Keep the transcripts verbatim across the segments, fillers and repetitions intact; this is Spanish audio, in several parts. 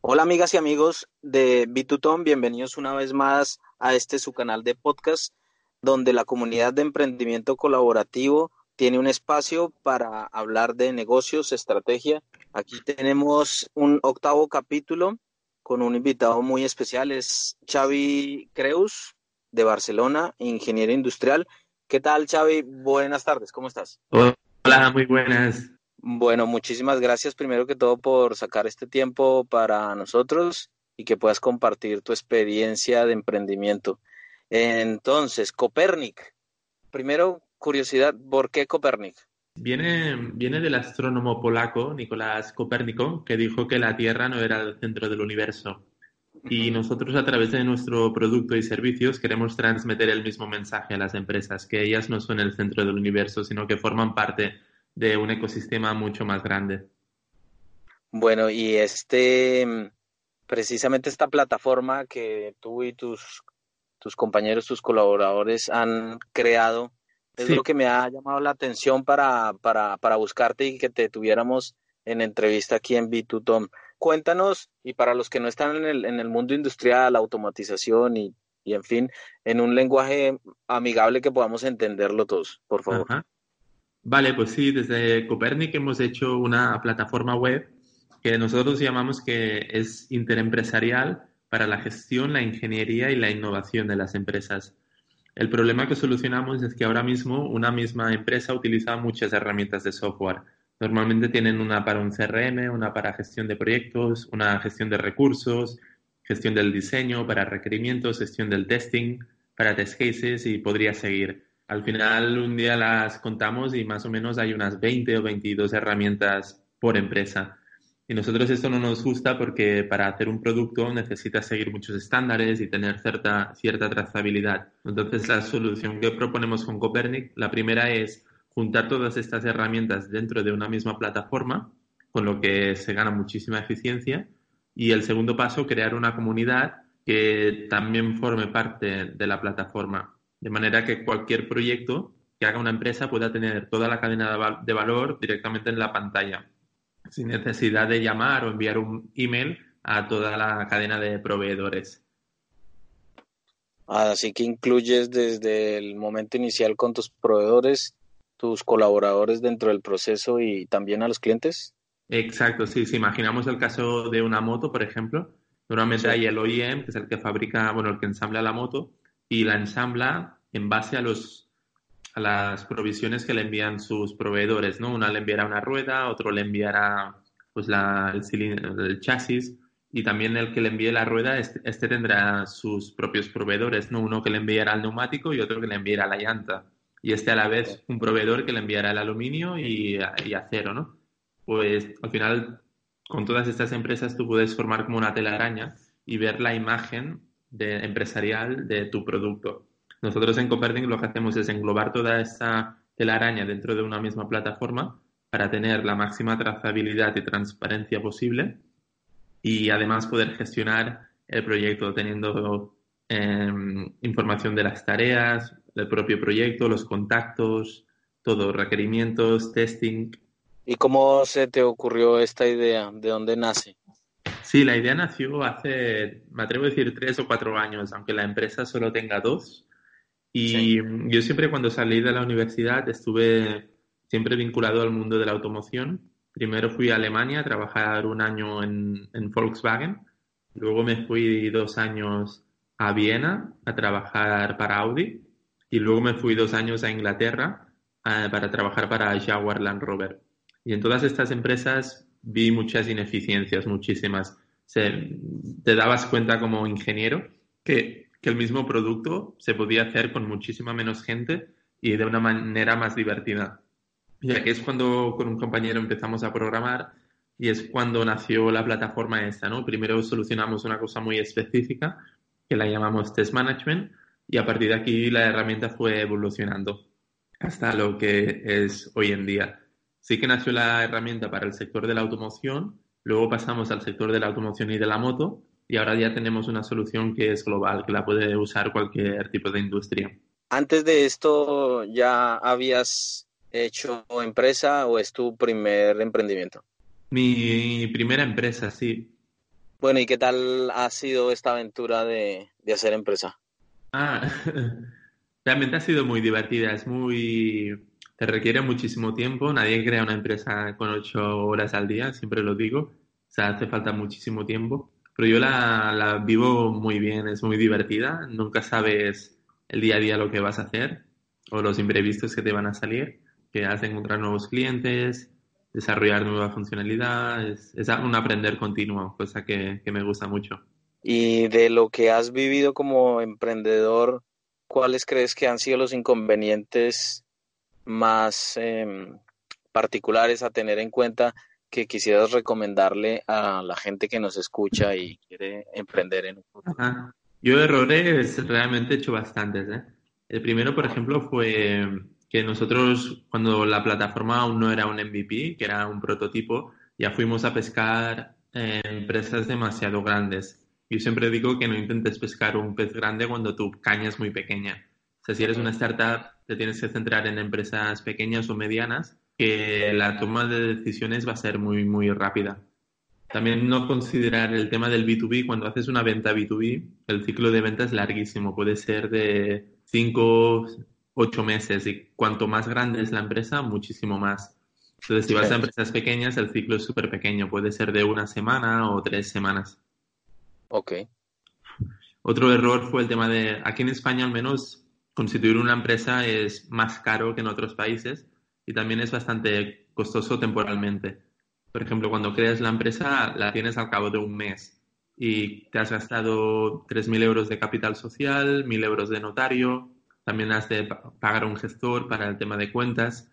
Hola amigas y amigos de Bituton, bienvenidos una vez más a este su canal de podcast donde la comunidad de emprendimiento colaborativo tiene un espacio para hablar de negocios, estrategia. Aquí tenemos un octavo capítulo con un invitado muy especial, es Xavi Creus de Barcelona, ingeniero industrial. ¿Qué tal, Xavi? Buenas tardes, ¿cómo estás? Hola, muy buenas. Bueno, muchísimas gracias primero que todo por sacar este tiempo para nosotros y que puedas compartir tu experiencia de emprendimiento. Entonces, Copernic. Primero, curiosidad, ¿por qué Copernic? Viene, viene del astrónomo polaco Nicolás Copérnico, que dijo que la Tierra no era el centro del universo. Y Ujú. nosotros, a través de nuestro producto y servicios, queremos transmitir el mismo mensaje a las empresas, que ellas no son el centro del universo, sino que forman parte de un ecosistema mucho más grande. Bueno, y este, mm, precisamente esta plataforma que tú y tus, tus compañeros, tus colaboradores han creado, es Sí, lo que me ha llamado la atención para, para, para buscarte y que te tuviéramos en entrevista aquí en B dos Tom. Cuéntanos, y para los que no están en el, en el mundo industrial, automatización y, y en fin, en un lenguaje amigable que podamos entenderlo todos, por favor. ajá. Vale, pues sí, desde Copernic hemos hecho una plataforma web que nosotros llamamos que es interempresarial para la gestión, la ingeniería y la innovación de las empresas. El problema que solucionamos es que ahora mismo una misma empresa utiliza muchas herramientas de software. Normalmente tienen una para un C R M, una para gestión de proyectos, una gestión de recursos, gestión del diseño, para requerimientos, gestión del testing, para test cases y podría seguir. Al final, un día las contamos y más o menos hay unas veinte o veintidós herramientas por empresa. Y nosotros esto no nos gusta porque para hacer un producto necesitas seguir muchos estándares y tener cierta, cierta trazabilidad. Entonces, la solución que proponemos con Copernic, la primera es juntar todas estas herramientas dentro de una misma plataforma, con lo que se gana muchísima eficiencia. Y el segundo paso, crear una comunidad que también forme parte de la plataforma, de manera que cualquier proyecto que haga una empresa pueda tener toda la cadena de, val- de valor directamente en la pantalla, sin necesidad de llamar o enviar un email a toda la cadena de proveedores. Así que incluyes desde el momento inicial con tus proveedores, tus colaboradores dentro del proceso y también a los clientes. Exacto, sí, si imaginamos el caso de una moto, por ejemplo, normalmente Sí. hay el O E M, que es el que fabrica, bueno, el que ensambla la moto, y la ensambla en base a los, a las provisiones que le envían sus proveedores, ¿no? Una le enviará una rueda, otro le enviará pues la, el, cilindro, el chasis, y también el que le envíe la rueda, este, este tendrá sus propios proveedores, ¿no? Uno que le enviará el neumático y otro que le enviará la llanta. Y este a la vez un proveedor que le enviará el aluminio y, y acero, ¿no? Pues al final con todas estas empresas tú puedes formar como una telaraña y ver la imagen de, empresarial de tu producto. Nosotros en Copernic lo que hacemos es englobar toda esta telaraña dentro de una misma plataforma para tener la máxima trazabilidad y transparencia posible y además poder gestionar el proyecto teniendo eh, información de las tareas, del propio proyecto, los contactos, todo, requerimientos, testing. ¿Y cómo se te ocurrió esta idea? ¿De dónde nace? Sí, la idea nació hace, me atrevo a decir, tres o cuatro años, aunque la empresa solo tenga dos. Sí. Y mm, yo siempre cuando salí de la universidad estuve siempre vinculado al mundo de la automoción. Primero fui a Alemania a trabajar un año en, en Volkswagen, luego me fui dos años a Viena a trabajar para Audi y luego me fui dos años a Inglaterra eh, para trabajar para Jaguar Land Rover. Y en todas estas empresas vi muchas ineficiencias, muchísimas. Se- te dabas cuenta como ingeniero que, que el mismo producto se podía hacer con muchísima menos gente y de una manera más divertida. Y aquí es cuando con un compañero empezamos a programar y es cuando nació la plataforma esta, ¿no? Primero solucionamos una cosa muy específica que la llamamos Test Management y a partir de aquí la herramienta fue evolucionando hasta lo que es hoy en día. Sí que nació la herramienta para el sector de la automoción, luego pasamos al sector de la automoción y de la moto y ahora ya tenemos una solución que es global, que la puede usar cualquier tipo de industria. Antes de esto, ¿ya habías hecho empresa o es tu primer emprendimiento? Mi primera empresa, sí. Bueno, ¿y qué tal ha sido esta aventura de, de hacer empresa? Ah, realmente ha sido muy divertida, es muy... Te requiere muchísimo tiempo, nadie crea una empresa con ocho horas al día, siempre lo digo, o sea, hace falta muchísimo tiempo, pero yo la, la vivo muy bien, es muy divertida, nunca sabes el día a día lo que vas a hacer o los imprevistos que te van a salir, que has de encontrar nuevos clientes, desarrollar nueva funcionalidad, es, es un aprender continuo, cosa que, que me gusta mucho. Y de lo que has vivido como emprendedor, ¿cuáles crees que han sido los inconvenientes más em, particulares a tener en cuenta que quisieras recomendarle a la gente que nos escucha y quiere emprender en un futuro? Ajá. Yo errores realmente he hecho bastantes, ¿eh? El primero, por ejemplo, fue que nosotros, cuando la plataforma aún no era un M V P, que era un prototipo, ya fuimos a pescar eh, empresas demasiado grandes. Yo siempre digo que no intentes pescar un pez grande cuando tu caña es muy pequeña. O sea, si eres una Ujú. startup, te tienes que centrar en empresas pequeñas o medianas, que la toma de decisiones va a ser muy, muy rápida. También no considerar el tema del B dos B. Cuando haces una venta B dos B, el ciclo de venta es larguísimo, puede ser de cinco ocho meses y cuanto más grande es la empresa, muchísimo más. Entonces, si vas a Sí, empresas pequeñas, el ciclo es súper pequeño, puede ser de una semana o tres semanas. ok. Otro error fue el tema de, aquí en España al menos, constituir una empresa es más caro que en otros países y también es bastante costoso temporalmente. Por ejemplo, cuando creas la empresa, la tienes al cabo de un mes y te has gastado tres mil euros de capital social, mil euros de notario, también has de pa- pagar a un gestor para el tema de cuentas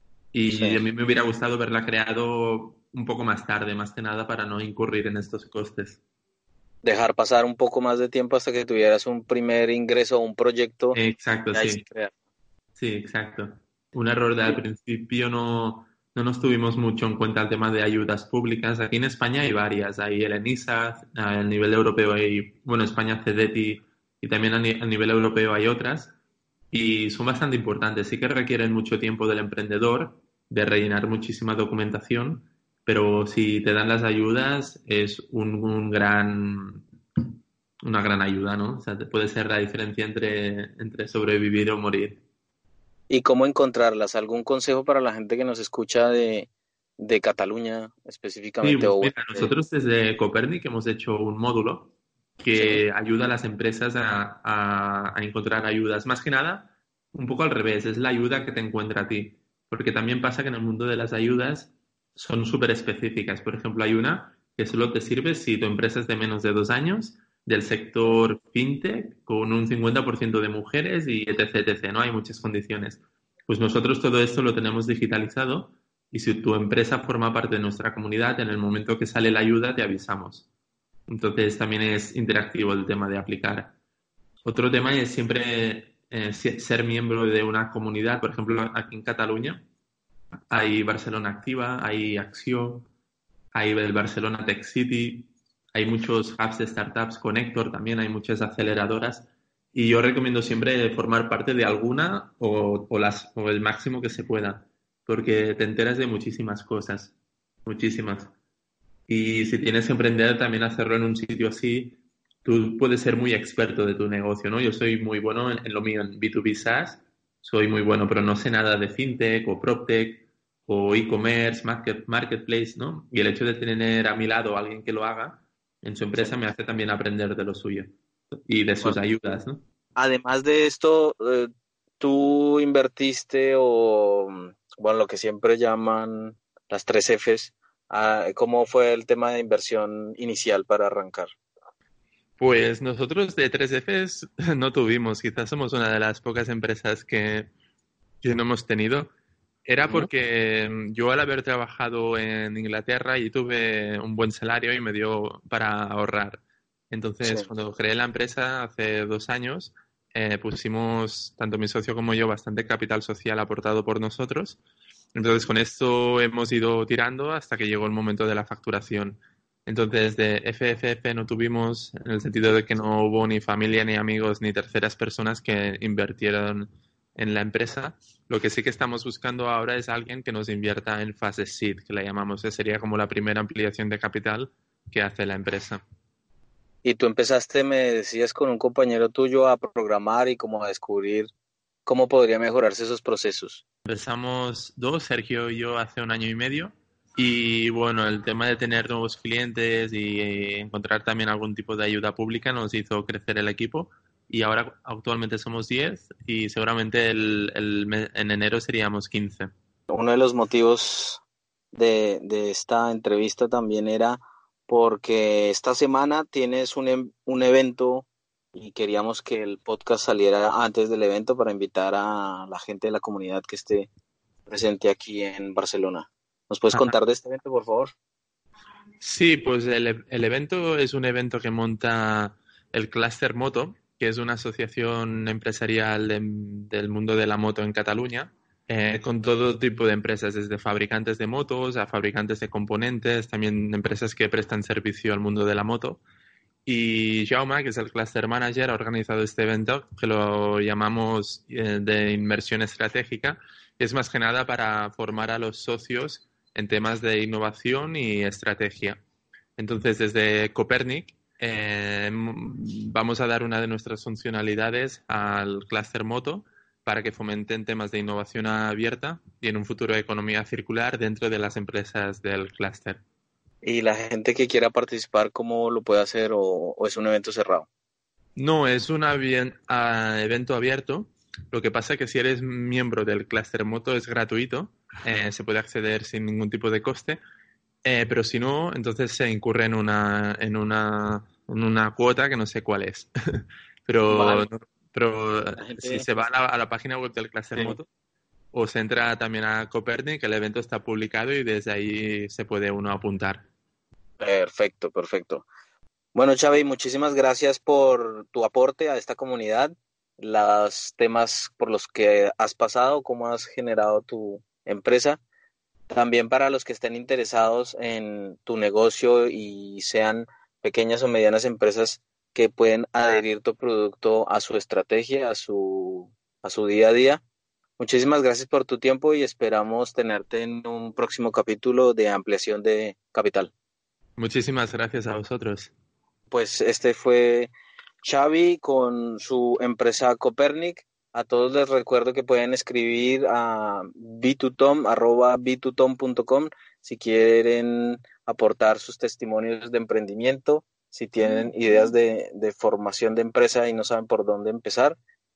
y Sí. a mí me hubiera gustado verla creado un poco más tarde, más que nada para no incurrir en estos costes. Dejar pasar un poco más de tiempo hasta que tuvieras un primer ingreso o un proyecto Exacto, y ahí sí sí. crear. Sí, exacto. Un error de al Y- principio no, no nos tuvimos mucho en cuenta el tema de ayudas públicas. Aquí en España hay varias. Hay el ENISA, a nivel europeo hay, bueno, España CEDETI y también a, ni- a nivel europeo hay otras. Y son bastante importantes. Sí que requieren mucho tiempo del emprendedor, de rellenar muchísima documentación, pero si te dan las ayudas es un, un gran, una gran ayuda, ¿no? O sea, te- puede ser la diferencia entre, entre sobrevivir o morir. ¿Y cómo encontrarlas? ¿Algún consejo para la gente que nos escucha de, de Cataluña Sí, específicamente? pues O bueno, mira, de- nosotros desde Copernic hemos hecho un módulo sí, que ayuda a las empresas a, a- a encontrar ayudas. Más que nada, un poco al revés, es la ayuda que te encuentra a ti. Porque también pasa que en el mundo de las ayudas son súper específicas. Por ejemplo, hay una que solo te sirve si tu empresa es de menos de dos años, del sector fintech, con un cincuenta por ciento de mujeres y etc, etcétera, ¿no? Hay muchas condiciones. Pues nosotros todo esto lo tenemos digitalizado y si tu empresa forma parte de nuestra comunidad, en el momento que sale la ayuda te avisamos. Entonces también es interactivo el tema de aplicar. Otro tema es siempre eh, si- ser miembro de una comunidad. Por ejemplo, aquí en Cataluña hay Barcelona Activa, hay Acció, hay el Barcelona Tech City, hay muchos hubs de startups, Connector también, hay muchas aceleradoras. Y yo recomiendo siempre formar parte de alguna o, o las, o el máximo que se pueda, porque te enteras de muchísimas cosas, muchísimas. Y si tienes que emprender, también hacerlo en un sitio así, tú puedes ser muy experto de tu negocio, ¿no? Yo soy muy bueno en, en lo mío, en B dos B SaaS, soy muy bueno, pero no sé nada de fintech o proptech o e-commerce, market, marketplace, ¿no? Y el hecho de tener a mi lado a alguien que lo haga en su sí. empresa me hace también aprender de lo suyo y de sus Bueno, ayudas, ¿no? además de esto, eh, tú invertiste o, mm, bueno, lo que siempre llaman las tres Fs. Ah, ¿cómo fue el tema de inversión inicial para arrancar? Pues nosotros de tres Fs no tuvimos, quizás somos una de las pocas empresas que, que no hemos tenido. Era Ujú. porque mm, yo al haber trabajado en Inglaterra y tuve un buen salario y me dio para ahorrar. Sí, Entonces, cuando creé la empresa hace dos años, eh, pusimos, tanto mi socio como yo, bastante capital social aportado por nosotros. Entonces, con esto hemos ido tirando hasta que llegó el momento de la facturación. Entonces, de F F F no tuvimos, en el sentido de que no hubo ni familia, ni amigos, ni terceras personas que invirtieron en la empresa. Lo que sí que estamos buscando ahora es alguien que nos invierta en fase seed, que la llamamos, que sería como la primera ampliación de capital que hace la empresa. Y tú empezaste, me decías, con un compañero tuyo a programar y como a descubrir cómo podría mejorarse esos procesos. Empezamos dos, Sergio y yo, hace un año y medio. Y bueno, el tema de tener nuevos clientes y eh, encontrar también algún tipo de ayuda pública nos hizo crecer el equipo. Y ahora actualmente somos diez y seguramente el, el me- en enero seríamos quince. Uno de los motivos de, de esta entrevista también era porque esta semana tienes un, em- un evento y queríamos que el podcast saliera antes del evento para invitar a la gente de la comunidad que esté presente aquí en Barcelona. ¿Nos puedes Ajá. contar de este evento, por favor? Sí, pues el, e- el evento es un evento que monta el Cluster Moto, que es una asociación empresarial de- del mundo de la moto en Cataluña, eh, con todo tipo de empresas, desde fabricantes de motos a fabricantes de componentes, también empresas que prestan servicio al mundo de la moto. Y Jaume, que es el Cluster Manager, ha organizado este evento que lo llamamos eh, de inmersión estratégica, que es más que nada para formar a los socios en temas de innovación y estrategia. Entonces, desde Copernic eh, m- vamos a dar una de nuestras funcionalidades al Cluster Moto para que fomenten temas de innovación abierta y en un futuro economía circular dentro de las empresas del clúster. Y la gente que quiera participar, ¿cómo lo puede hacer o, o es un evento cerrado? No, es un avien- ah, evento abierto. Lo que pasa es que si eres miembro del Cluster Moto es gratuito, eh, se puede acceder sin ningún tipo de coste, eh, pero si no, entonces se incurre en una, en una, en una cuota que no sé cuál es. Pero, Vale. pero La si gente, se va a la, a la página web del Cluster sí. Moto o se entra también a Copernic, el evento está publicado y desde ahí se puede uno apuntar. Perfecto, perfecto. Bueno, Xavi, muchísimas gracias por tu aporte a esta comunidad, los temas por los que has pasado, cómo has generado tu empresa. También para los que estén interesados en tu negocio y sean pequeñas o medianas empresas que pueden adherir tu producto a su estrategia, a su, a su día a día. Muchísimas gracias por tu tiempo y esperamos tenerte en un próximo capítulo de ampliación de capital. Muchísimas gracias a vosotros. Pues este fue Xavi con su empresa Copernic. A todos les recuerdo que pueden escribir a bitutom, arroba bitutom punto com si quieren aportar sus testimonios de emprendimiento, si tienen ideas de, de formación de empresa y no saben por dónde empezar,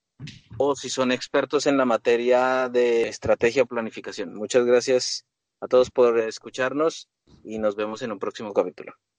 o si son expertos en la materia de estrategia o planificación. Muchas gracias a todos por escucharnos y nos vemos en un próximo capítulo.